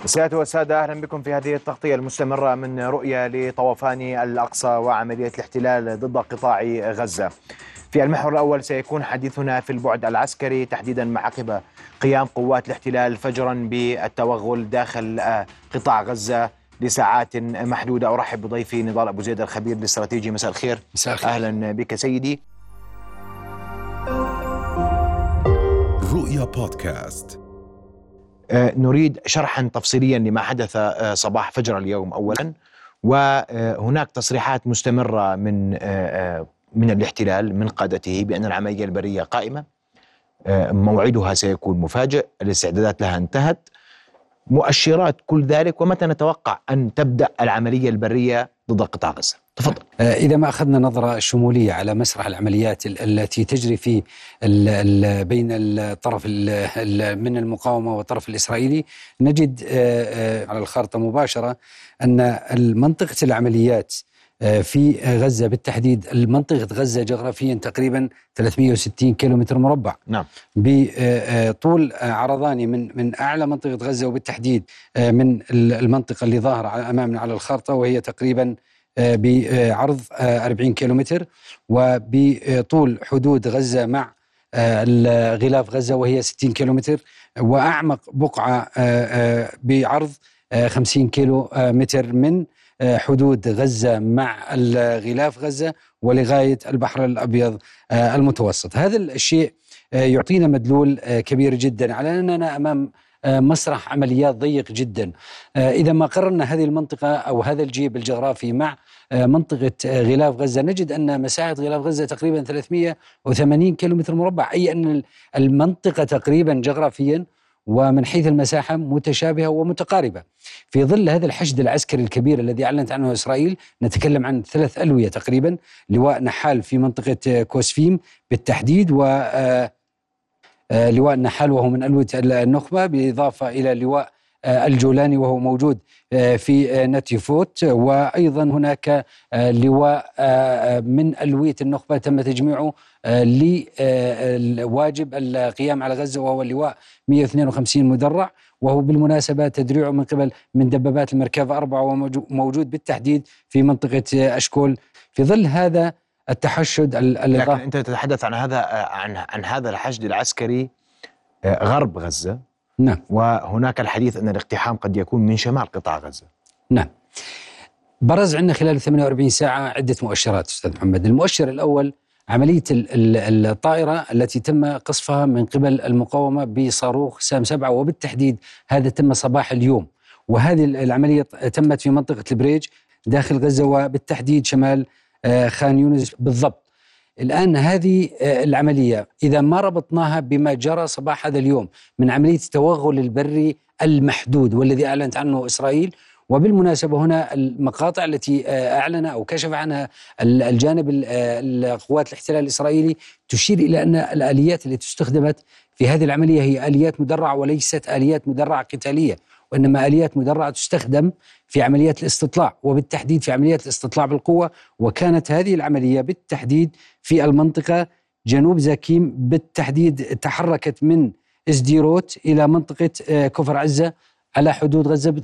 سيادة والسادة، أهلا بكم في هذه التغطية المستمرة من رؤية لطوفان الأقصى وعملية الاحتلال ضد قطاع غزة. في المحور الأول سيكون حديثنا في البعد العسكري، تحديدا مع عقب قيام قوات الاحتلال فجرا بالتوغل داخل قطاع غزة لساعات محدودة. أرحب بضيفي نضال أبو زيد الخبير الاستراتيجي. مساء الخير. مساء الخير. أهلا بك سيدي. رؤيا بودكاست. نريد شرحا تفصيليا لما حدث صباح فجر اليوم أولا، وهناك تصريحات مستمرة من الاحتلال من قادته بأن العملية البرية قائمة، موعدها سيكون مفاجئ، الاستعدادات لها انتهت، مؤشرات كل ذلك. ومتى نتوقع أن تبدأ العملية البرية ضد قطاع غزة؟ تفضل. إذا ما أخذنا نظرة شمولية على مسرح العمليات التي تجري في بين الطرف من المقاومة والطرف الإسرائيلي، نجد على الخارطة مباشرة أن منطقة العمليات في غزة بالتحديد، المنطقة غزة جغرافيا تقريبا 360 كيلومتر مربع. نعم. بطول عرضاني من أعلى منطقة غزة، وبالتحديد من المنطقة اللي ظاهرة أمامنا على الخارطة، وهي تقريبا بعرض 40 كيلومتر، وبطول حدود غزة مع غلاف غزة وهي 60 كيلومتر، وأعمق بقعة بعرض 50 كيلومتر من حدود غزة مع غلاف غزة ولغاية البحر الأبيض المتوسط. هذا الشيء يعطينا مدلول كبير جدا على أننا أمام مسرح عمليات ضيق جدا. إذا ما قررنا هذه المنطقة أو هذا الجيب الجغرافي مع منطقة غلاف غزة، نجد أن مساحة غلاف غزة تقريبا 380 كيلومتر مربع، أي أن المنطقة تقريبا جغرافيا ومن حيث المساحة متشابهة ومتقاربة. في ظل هذا الحشد العسكري الكبير الذي أعلنت عنه إسرائيل، نتكلم عن 3 ألوية تقريبا: لواء نحال في منطقة كوسفيم بالتحديد، و لواء النحال وهو من ألوية النخبة، بالإضافة إلى لواء الجولاني وهو موجود في نتيفوت، وأيضا هناك لواء من ألوية النخبة تم تجميعه لواجب القيام على غزة، وهو اللواء 152 مدرع، وهو بالمناسبة تدريعه من دبابات المركبة 4، وموجود بالتحديد في منطقة أشكول. في ظل هذا التحشد لكن أنت تتحدث عن هذا الحشد العسكري غرب غزة. نعم. وهناك الحديث أن الاقتحام قد يكون من شمال قطاع غزة. نعم. برز عندنا خلال 48 ساعة عدة مؤشرات أستاذ محمد. المؤشر الأول عملية الطائرة التي تم قصفها من قبل المقاومة بصاروخ سام 7، وبالتحديد هذا تم صباح اليوم، وهذه العملية تمت في منطقة البريج داخل غزة، وبالتحديد شمال خان يونس بالضبط. الآن هذه العملية إذا ما ربطناها بما جرى صباح هذا اليوم من عملية التوغل البري المحدود والذي أعلنت عنه إسرائيل، وبالمناسبة هنا المقاطع التي أعلن أو كشف عنها الجانب القوات الاحتلال الإسرائيلي تشير إلى أن الآليات التي استخدمت في هذه العملية هي آليات مدرعة وليست آليات مدرعة قتالية، وإنما آليات مدرعة تستخدم في عمليات الاستطلاع، وبالتحديد في عمليات الاستطلاع بالقوة. وكانت هذه العملية بالتحديد في المنطقة جنوب زاكيم، بالتحديد تحركت من إسديروت إلى منطقة كفر عزة على حدود غزة.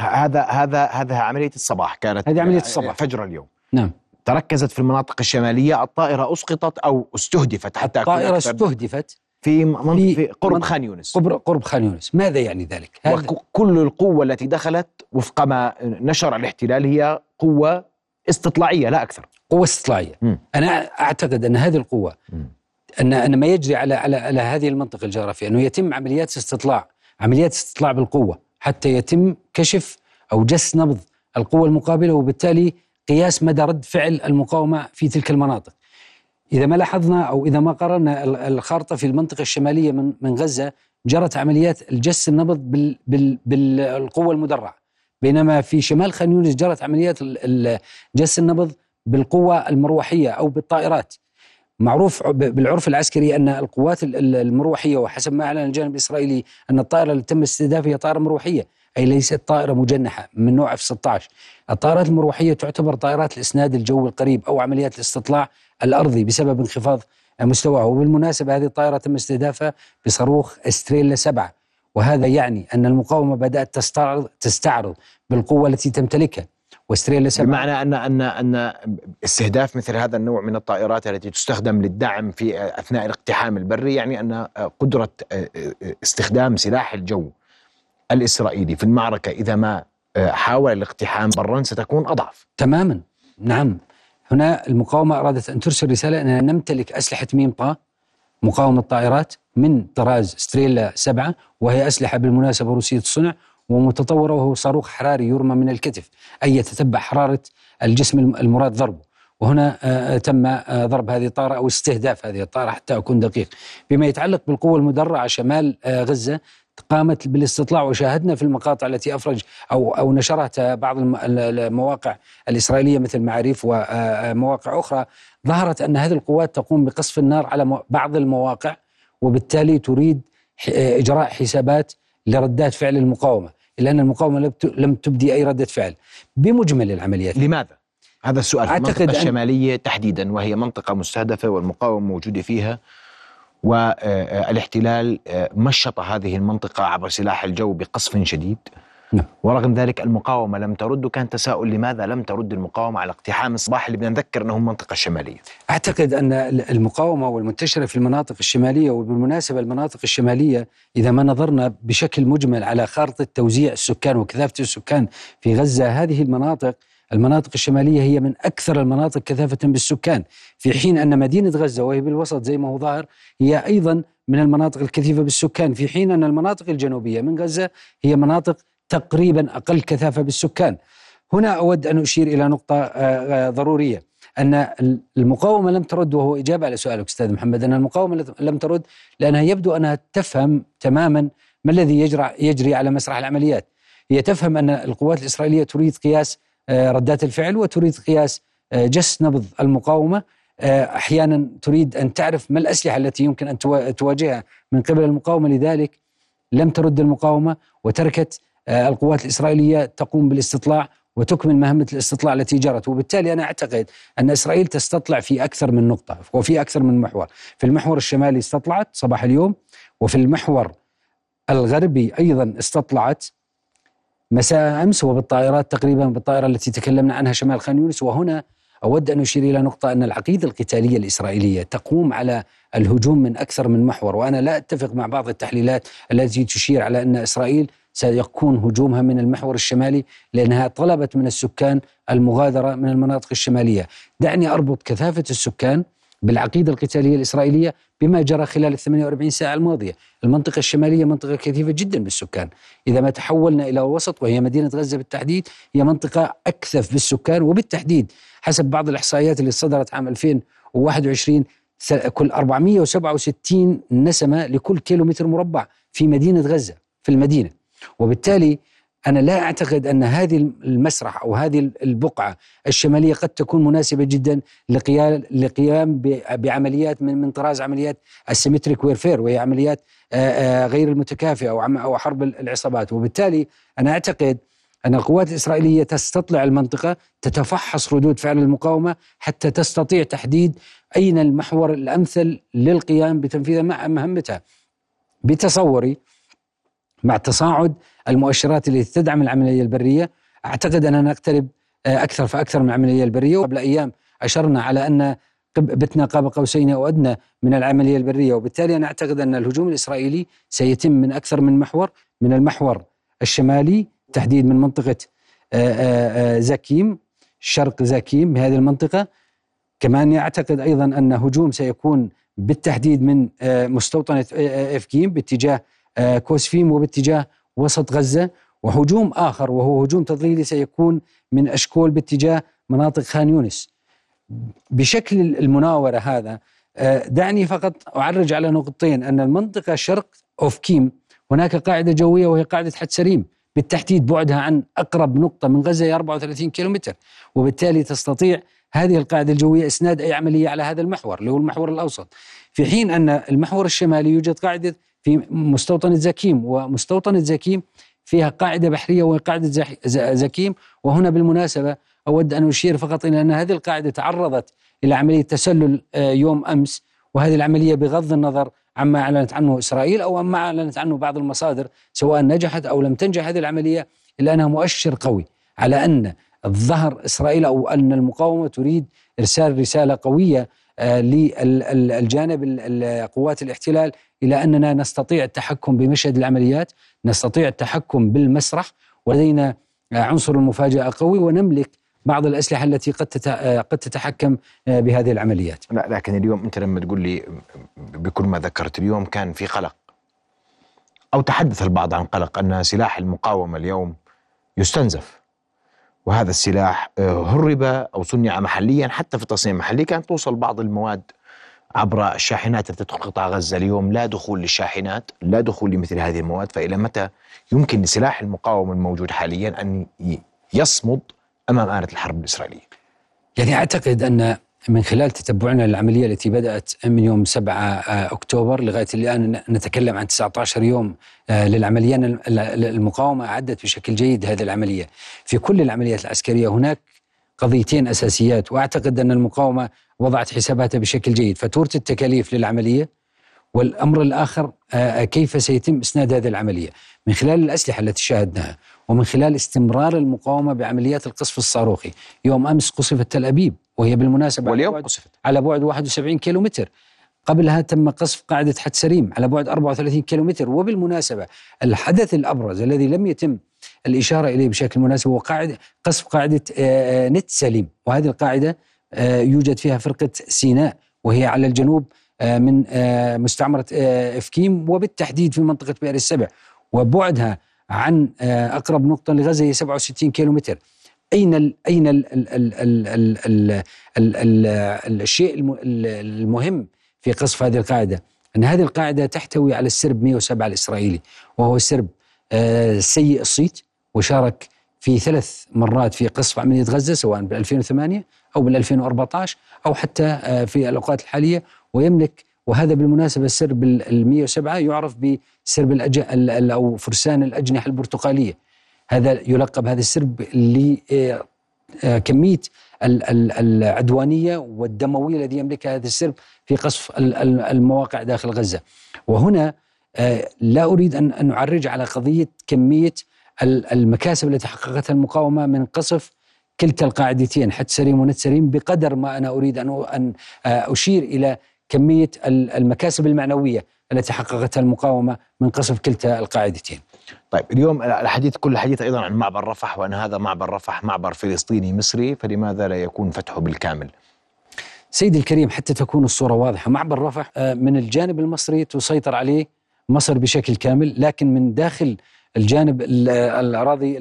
هذا عملية الصباح، كانت هذه عملية الصباح فجر اليوم. نعم. تركزت في المناطق الشمالية. الطائرة أسقطت أو استهدفت، حتى الطائرة استهدفت في قرب خان يونس. قرب خان يونس. ماذا يعني ذلك؟ وكل القوة التي دخلت وفق ما نشر الاحتلال هي قوة استطلاعية لا أكثر. قوة استطلاعية. أنا أعتقد أن هذه القوة أن ما يجري على هذه المنطقة الجغرافية أنه يتم عمليات استطلاع بالقوة حتى يتم كشف أو جس نبض القوة المقابلة، وبالتالي قياس مدى رد فعل المقاومة في تلك المناطق. إذا ما لاحظنا أو إذا ما قررنا الخارطة في المنطقة الشمالية من غزة، جرت عمليات الجس النبض بالقوة المدرعة، بينما في شمال خان يونس جرت عمليات جس النبض بالقوة المروحية أو بالطائرات. معروف بالعرف العسكري أن القوات المروحية، وحسب ما أعلن الجانب الإسرائيلي أن الطائرة اللي تم استهدافها هي طائرة مروحية، أي ليست طائرة مجنحة من نوع F-16. الطائرات المروحية تعتبر طائرات الإسناد الجوي القريب أو عمليات الاستطلاع الأرضي بسبب انخفاض مستواها. وبالمناسبة هذه الطائرة تم استهدافها بصاروخ ستريلا 7، وهذا يعني أن المقاومة بدأت تستعرض بالقوة التي تمتلكها. وستريلا 7 بمعنى أن استهداف مثل هذا النوع من الطائرات التي تستخدم للدعم في أثناء الاقتحام البري، يعني أن قدرة استخدام سلاح الجو الإسرائيلي في المعركة إذا ما حاول الاقتحام برا ستكون أضعف تماما. نعم، هنا المقاومة أرادت أن ترسل رسالة أننا نمتلك أسلحة ميمطا مقاومة طائرات من طراز ستريلا 7، وهي أسلحة بالمناسبة روسية الصنع ومتطورة، وهو صاروخ حراري يرمى من الكتف، أي يتتبع حرارة الجسم المراد ضربه. وهنا تم ضرب هذه الطائرة أو استهداف هذه الطائرة حتى أكون دقيق. بما يتعلق بالقوة المدرعة شمال غزة، قامت بالاستطلاع، وشاهدنا في المقاطع التي أفرج أو نشرتها بعض المواقع الإسرائيلية مثل معاريف ومواقع أخرى، ظهرت أن هذه القوات تقوم بقصف النار على بعض المواقع، وبالتالي تريد إجراء حسابات لردات فعل المقاومة، إلا أن المقاومة لم تبدي أي ردة فعل بمجمل العمليات. لماذا؟ هذا السؤال. في أعتقد المنطقة الشمالية تحديدا، وهي منطقة مستهدفة والمقاومة موجودة فيها، والاحتلال مشط هذه المنطقة عبر سلاح الجو بقصف شديد. ورغم ذلك المقاومة لم ترد، وكان تساؤل لماذا لم ترد المقاومة على اقتحام الصباح اللي بدنا نذكر أنه المنطقة الشمالية. أعتقد أن المقاومة والمنتشرة في المناطق الشمالية، وبالمناسبة المناطق الشمالية إذا ما نظرنا بشكل مجمل على خارطة توزيع السكان وكثافة السكان في غزة، هذه المناطق الشمالية هي من أكثر المناطق كثافة بالسكان، في حين أن مدينة غزة وهي بالوسط زي ما هو ظاهر هي أيضا من المناطق الكثيفة بالسكان، في حين أن المناطق الجنوبية من غزة هي مناطق تقريبا أقل كثافة بالسكان. هنا أود أن أشير إلى نقطة ضرورية، أن المقاومة لم ترد، وهو إجابة على سؤالك أستاذ محمد، أن المقاومة لم ترد لأنها يبدو أنها تفهم تماما ما الذي يجري على مسرح العمليات. هي تفهم أن القوات الإسرائيلية تريد قياس ردات الفعل، وتريد قياس جس نبض المقاومة، أحيانا تريد أن تعرف ما الأسلحة التي يمكن أن تواجهها من قبل المقاومة. لذلك لم ترد المقاومة، وتركت القوات الإسرائيلية تقوم بالاستطلاع وتكمل مهمة الاستطلاع التي جرت. وبالتالي أنا أعتقد أن إسرائيل تستطلع في أكثر من نقطة وفي أكثر من محور. في المحور الشمالي استطلعت صباح اليوم، وفي المحور الغربي أيضا استطلعت مساء أمس، وبالطائرات تقريبا بالطائرة التي تكلمنا عنها شمال خان يونس. وهنا أود أن أشير إلى نقطة، أن العقيدة القتالية الإسرائيلية تقوم على الهجوم من أكثر من محور، وأنا لا أتفق مع بعض التحليلات التي تشير على أن إسرائيل سيكون هجومها من المحور الشمالي، لأنها طلبت من السكان المغادرة من المناطق الشمالية. دعني أربط كثافة السكان بالعقيدة القتالية الإسرائيلية بما جرى خلال 48 ساعة الماضية. المنطقة الشمالية منطقة كثيفة جدا بالسكان، إذا ما تحولنا إلى الوسط وهي مدينة غزة بالتحديد، هي منطقة أكثف بالسكان، وبالتحديد حسب بعض الإحصائيات اللي صدرت عام 2021 كل 467 نسمة لكل كيلومتر مربع في مدينة غزة في المدينة. وبالتالي أنا لا أعتقد أن هذه المسرح أو هذه البقعة الشمالية قد تكون مناسبة جدا لقيام بعمليات من طراز عمليات السيمتريك ويرفير، وهي عمليات غير المتكافئة أو حرب العصابات. وبالتالي أنا أعتقد أن القوات الإسرائيلية تستطلع المنطقة، تتفحص ردود فعل المقاومة حتى تستطيع تحديد أين المحور الأمثل للقيام بتنفيذ مهمتها. بتصوري مع تصاعد المؤشرات التي تدعم العملية البرية، أعتقد أننا نقترب أكثر فأكثر من العملية البرية. وقبل أيام أشرنا على أن بتنا قاب قوسين أو أدنى من العملية البرية، وبالتالي أنا أعتقد أن الهجوم الإسرائيلي سيتم من أكثر من محور، من المحور الشمالي تحديد من منطقة زكيم، شرق زكيم بهذه المنطقة. كمان يعتقد أيضا أن هجوم سيكون بالتحديد من مستوطنة إفكيم باتجاه كوسفيم وباتجاه وسط غزة، وهجوم آخر وهو هجوم تضليلي سيكون من أشكول باتجاه مناطق خان يونس. بشكل المناورة هذا دعني فقط أعرج على نقطتين، أن المنطقة شرق أوفكيم هناك قاعدة جوية وهي قاعدة حتسريم، بالتحديد بعدها عن أقرب نقطة من غزة هي 34 كيلومتر، وبالتالي تستطيع هذه القاعدة الجوية إسناد أي عملية على هذا المحور اللي هو المحور الأوسط. في حين أن المحور الشمالي يوجد قاعدة في مستوطنة زكيم، ومستوطنة زكيم فيها قاعدة بحرية وهي قاعدة زكيم. وهنا بالمناسبة أود أن أشير فقط إلى أن هذه القاعدة تعرضت إلى عملية تسلل يوم أمس، وهذه العملية بغض النظر عما أعلنت عنه إسرائيل أو عما أعلنت عنه بعض المصادر، سواء نجحت أو لم تنجح هذه العملية، إلا أنها مؤشر قوي على أن الظهر إسرائيل أو أن المقاومة تريد إرسال رسالة قوية للجانب قوات الاحتلال إلى أننا نستطيع التحكم بمشهد العمليات، نستطيع التحكم بالمسرح، ولدينا عنصر المفاجأة قوي، ونملك بعض الأسلحة التي قد تتحكم بهذه العمليات. لا، لكن اليوم أنت لما تقول لي بكل ما ذكرت اليوم كان في قلق، أو تحدث البعض عن قلق أن سلاح المقاومة اليوم يستنزف، وهذا السلاح هرب أو صنع محليا، حتى في التصنيع المحلي كانت توصل بعض المواد عبر الشاحنات التي تدخل قطاع غزة. اليوم لا دخول للشاحنات، لا دخول لمثل هذه المواد، فإلى متى يمكن لسلاح المقاومة الموجود حاليا أن يصمد أمام آلة الحرب الإسرائيلية؟ يعني أعتقد أن من خلال تتبعنا للعملية التي بدأت من يوم 7 أكتوبر لغاية الآن نتكلم عن 19 يوم للعملية، المقاومة أعدت بشكل جيد هذه العملية. في كل العمليات العسكرية هناك قضيتين أساسيات، وأعتقد أن المقاومة وضعت حساباتها بشكل جيد: فاتورة التكاليف للعملية، والأمر الآخر كيف سيتم إسناد هذه العملية من خلال الأسلحة التي شاهدناها، ومن خلال استمرار المقاومة بعمليات القصف الصاروخي. يوم أمس قصفت تل أبيب، وهي بالمناسبة واليوم قصفت على بعد 71 كيلومتر. قبلها تم قصف قاعدة حتسريم على بعد 34 كيلومتر. وبالمناسبة الحدث الأبرز الذي لم يتم الإشارة إليه بشكل مناسب هو قصف قاعدة نت سليم، وهذه القاعدة يوجد فيها فرقة سيناء، وهي على الجنوب من مستعمرة إفكيم، وبالتحديد في منطقة بئر السبع، وبعدها عن أقرب نقطة لغزة هي 67 كيلومتر. أين ال أين ال ال ال ال ال ال ال ال الشيء المهم في قصف هذه القاعدة؟ أن هذه القاعدة تحتوي على السرب 107 الإسرائيلي، وهو سرب سيء الصيت، وشارك في 3 مرات في قصف عملية غزة، سواء بال2008 أو بال2014 أو حتى في الأوقات الحالية، ويملك، وهذا بالمناسبة السرب 107 يعرف بسرب أو فرسان الأجنحة البرتقالية. هذا يلقب هذا السرب لكمية العدوانية والدموية الذي يملكها هذا السرب في قصف المواقع داخل غزة. وهنا لا أريد أن أعرج على قضية كمية المكاسب التي حققتها المقاومة من قصف كلتا القاعدتين حتسريم ونتسريم، بقدر ما أنا أريد أن أشير إلى كمية المكاسب المعنوية التي حققتها المقاومة من قصف كلتا القاعدتين. طيب، اليوم كل الحديث أيضا عن معبر رفح، وأن هذا معبر رفح معبر فلسطيني مصري، فلماذا لا يكون فتحه بالكامل؟ سيدي الكريم، حتى تكون الصورة واضحة، معبر رفح من الجانب المصري تسيطر عليه مصر بشكل كامل، لكن من داخل الجانب الأراضي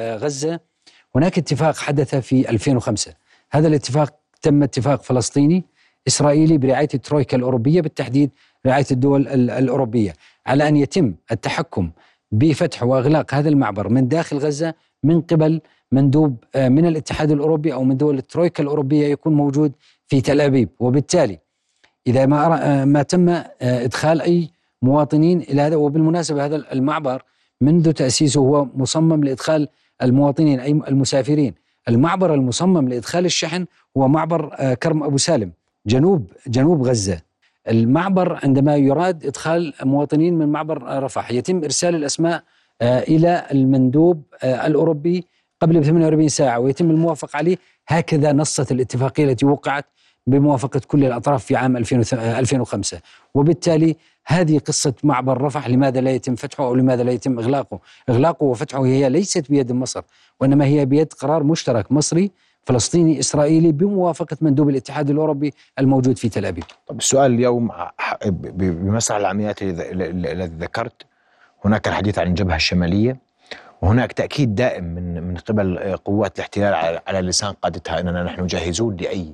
غزة هناك اتفاق حدث في 2005. هذا الاتفاق تم اتفاق فلسطيني إسرائيلي برعاية الترويكا الأوروبية، بالتحديد رعاية الدول الأوروبية، على أن يتم التحكم بفتح وإغلاق هذا المعبر من داخل غزة من قبل مندوب من الاتحاد الأوروبي أو من دول الترويكا الأوروبية يكون موجود في تل أبيب. وبالتالي إذا ما تم إدخال أي مواطنين إلى هذا، وبالمناسبة هذا المعبر منذ تأسيسه هو مصمم لإدخال المواطنين أي المسافرين. المعبر المصمم لإدخال الشحن هو معبر كرم أبو سالم جنوب غزة. المعبر عندما يراد إدخال مواطنين من معبر رفح يتم إرسال الأسماء إلى المندوب الأوروبي قبل 48 ساعة ويتم الموافق عليه. هكذا نصت الاتفاقية التي وقعت بموافقة كل الأطراف في عام 2005. وبالتالي هذه قصة معبر رفح، لماذا لا يتم فتحه أو لماذا لا يتم إغلاقه وفتحه، هي ليست بيد مصر، وإنما هي بيد قرار مشترك مصري فلسطيني إسرائيلي بموافقة مندوب الاتحاد الأوروبي الموجود في تل أبيب. طب السؤال اليوم بمسرح العمليات الذي ذكرت، هناك الحديث عن الجبهة الشمالية، وهناك تأكيد دائم من قبل قوات الاحتلال على لسان قادتها أننا نحن جاهزون لأي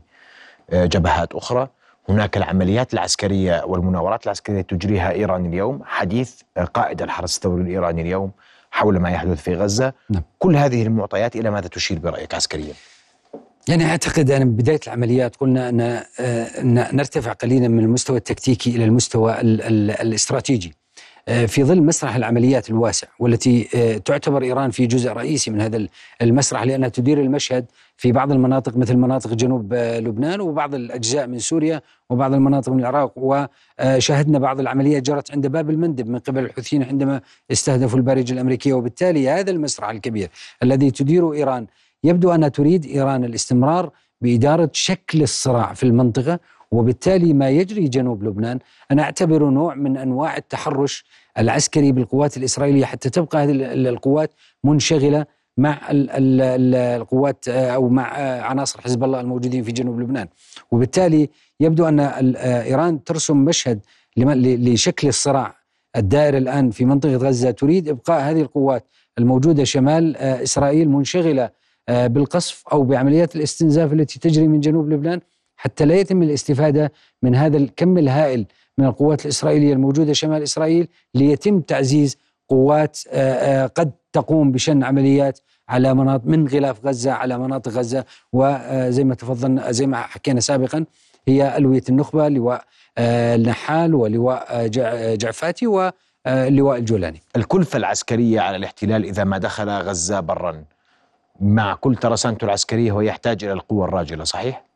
جبهات أخرى. هناك العمليات العسكرية والمناورات العسكرية تجريها إيران اليوم، حديث قائد الحرس الثوري الإيراني اليوم حول ما يحدث في غزة. كل هذه المعطيات إلى ماذا تشير برأيك عسكريا؟ يعني أعتقد أن بداية العمليات قلنا أن نرتفع قليلا من المستوى التكتيكي إلى المستوى الاستراتيجي. في ظل مسرح العمليات الواسع، والتي تعتبر إيران في جزء رئيسي من هذا المسرح، لأنها تدير المشهد في بعض المناطق مثل مناطق جنوب لبنان وبعض الأجزاء من سوريا وبعض المناطق من العراق. وشاهدنا بعض العمليات جرت عند باب المندب من قبل الحوثيين عندما استهدفوا البارجة الأمريكية. وبالتالي هذا المسرح الكبير الذي تديره إيران يبدو أنها تريد إيران الاستمرار بإدارة شكل الصراع في المنطقة، وبالتالي ما يجري جنوب لبنان أنا أعتبره نوع من أنواع التحرش العسكري بالقوات الإسرائيلية حتى تبقى هذه القوات منشغلة مع القوات أو مع عناصر حزب الله الموجودين في جنوب لبنان. وبالتالي يبدو أن إيران ترسم مشهد لشكل الصراع الدائر الآن في منطقة غزة، تريد إبقاء هذه القوات الموجودة شمال إسرائيل منشغلة بالقصف أو بعمليات الاستنزاف التي تجري من جنوب لبنان، حتى لا يتم الاستفادة من هذا الكم الهائل من القوات الإسرائيلية الموجودة شمال إسرائيل ليتم تعزيز قوات قد تقوم بشن عمليات على مناطق من غلاف غزة على مناطق غزة. وزي ما تفضلنا زي ما حكينا سابقا هي ألوية النخبة، لواء النحال ولواء جعفاتي ولواء الجولاني. الكلفة العسكرية على الاحتلال إذا ما دخل غزة برا مع كل ترسانته العسكرية هو يحتاج إلى القوة الراجلة، صحيح؟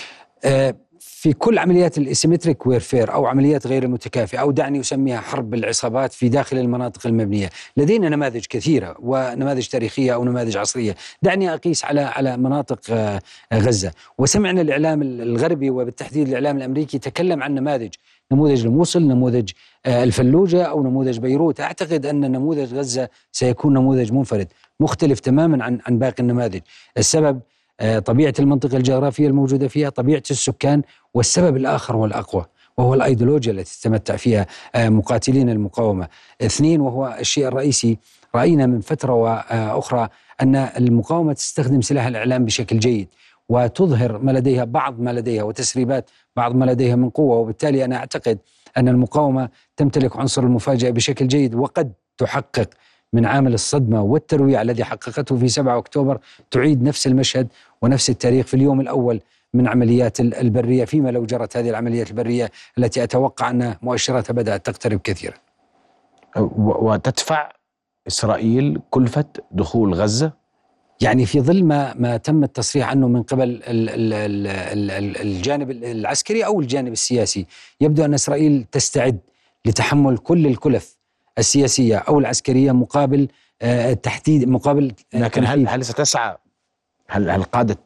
في كل عمليات الاسيمتريك ويرفير أو عمليات غير المتكافئة أو دعني أسميها حرب العصابات في داخل المناطق المبنية، لدينا نماذج كثيرة ونماذج تاريخية أو نماذج عصرية. دعني أقيس على مناطق غزة، وسمعنا الإعلام الغربي وبالتحديد الإعلام الأمريكي تكلم عن نموذج الموصل، نموذج الفلوجة أو نموذج بيروت. أعتقد أن نموذج غزة سيكون نموذج منفرد مختلف تماما عن باقي النماذج. السبب طبيعة المنطقة الجغرافية الموجودة فيها، طبيعة السكان، والسبب الآخر والأقوى وهو الأيديولوجيا التي تتمتع فيها مقاتلين المقاومة. 2، وهو الشيء الرئيسي، رأينا من فترة وأخرى أن المقاومة تستخدم سلاح الإعلام بشكل جيد وتظهر بعض ما لديها وتسريبات بعض ما لديها من قوة. وبالتالي أنا أعتقد أن المقاومة تمتلك عنصر المفاجأة بشكل جيد، وقد تحقق من عامل الصدمة والترويع الذي حققته في 7 أكتوبر تعيد نفس المشهد ونفس التاريخ في اليوم الأول من عمليات البرية، فيما لو جرت هذه العمليات البرية التي أتوقع أن مؤشراتها بدأت تقترب كثيرا. وتدفع إسرائيل كلفة دخول غزة؟ يعني في ظل ما تم التصريح عنه من قبل الجانب العسكري أو الجانب السياسي، يبدو أن إسرائيل تستعد لتحمل كل الكلف السياسية أو العسكرية مقابل تحديد مقابل. لكن هل ستسعى هل قادة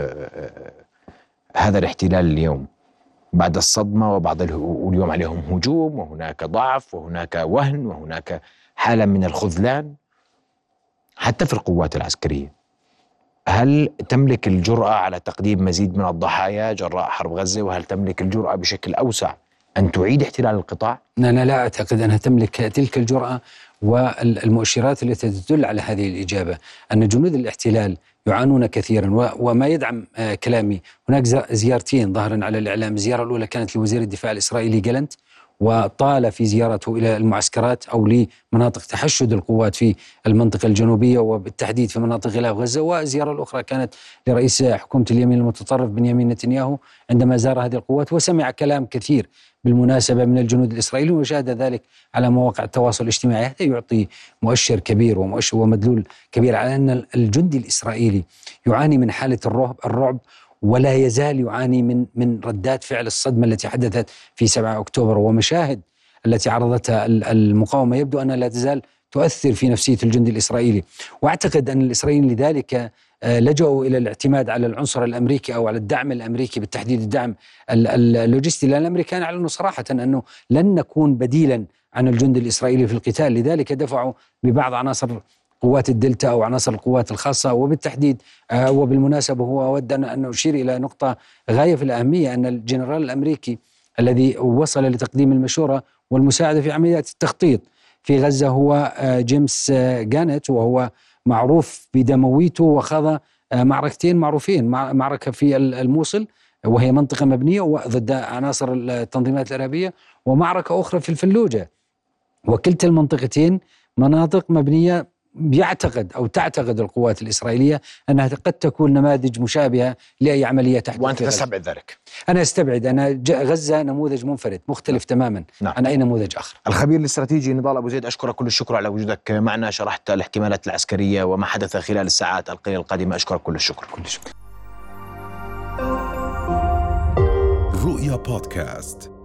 هذا الاحتلال اليوم بعد الصدمة واليوم عليهم هجوم وهناك ضعف وهناك وهن وهناك حالة من الخذلان حتى في القوات العسكرية، هل تملك الجرأة على تقديم مزيد من الضحايا جراء حرب غزة؟ وهل تملك الجرأة بشكل أوسع أن تعيد احتلال القطاع؟ أنا لا أعتقد أنها تملك تلك الجرأة، والمؤشرات التي تدل على هذه الإجابة أن جنود الاحتلال يعانون كثيرا. وما يدعم كلامي، هناك زيارتين ظهرا على الإعلام. الزيارة الأولى كانت لوزير الدفاع الإسرائيلي جالنت، وطال في زيارته إلى المعسكرات أو لمناطق تحشد القوات في المنطقة الجنوبية وبالتحديد في مناطق غلاف غزة. والزيارة الأخرى كانت لرئيس حكومة اليمين المتطرف بنيامين نتنياهو عندما زار هذه القوات وسمع كلام كثير بالمناسبة من الجنود الإسرائيليين وشاهد ذلك على مواقع التواصل الاجتماعي. هذا يعطي مؤشر كبير ومؤشر ومدلول كبير على أن الجندي الإسرائيلي يعاني من حالة الرعب ولا يزال يعاني من ردات فعل الصدمة التي حدثت في 7 أكتوبر ومشاهد التي عرضتها المقاومة. يبدو أنها لا تزال تؤثر في نفسية الجندي الإسرائيلي، وأعتقد أن الإسرائيليين لذلك لجأوا إلى الاعتماد على العنصر الأمريكي أو على الدعم الأمريكي، بالتحديد الدعم اللوجستي، لأن الأمريكان أعلنوا صراحة أنه لن نكون بديلا عن الجندي الإسرائيلي في القتال. لذلك دفعوا ببعض عناصر قوات الدلتا أو عناصر القوات الخاصة. وبالتحديد وبالمناسبة هو أود أن أشير إلى نقطة غاية في الأهمية، أن الجنرال الأمريكي الذي وصل لتقديم المشورة والمساعدة في عمليات التخطيط في غزة هو جيمس جانت، وهو معروف بدمويته وخاض معركتين معروفين، معركة في الموصل وهي منطقة مبنية ضد عناصر التنظيمات الإرهابية، ومعركة أخرى في الفلوجة، وكلتا المنطقتين مناطق مبنية يعتقد أو تعتقد القوات الإسرائيلية أنها قد تكون نماذج مشابهة لأي عملية تحدث. وأنت تستبعد ذلك؟ أنا أستبعد. أنا غزة نموذج منفرد مختلف تماما عن أي نموذج آخر. الخبير الاستراتيجي نضال أبو زيد، أشكرك كل الشكر على وجودك معنا، شرحت الاحتمالات العسكرية وما حدث خلال الساعات القليلة القادمة. أشكرك كل الشكر. كل الشكر. رؤيا بودكاست.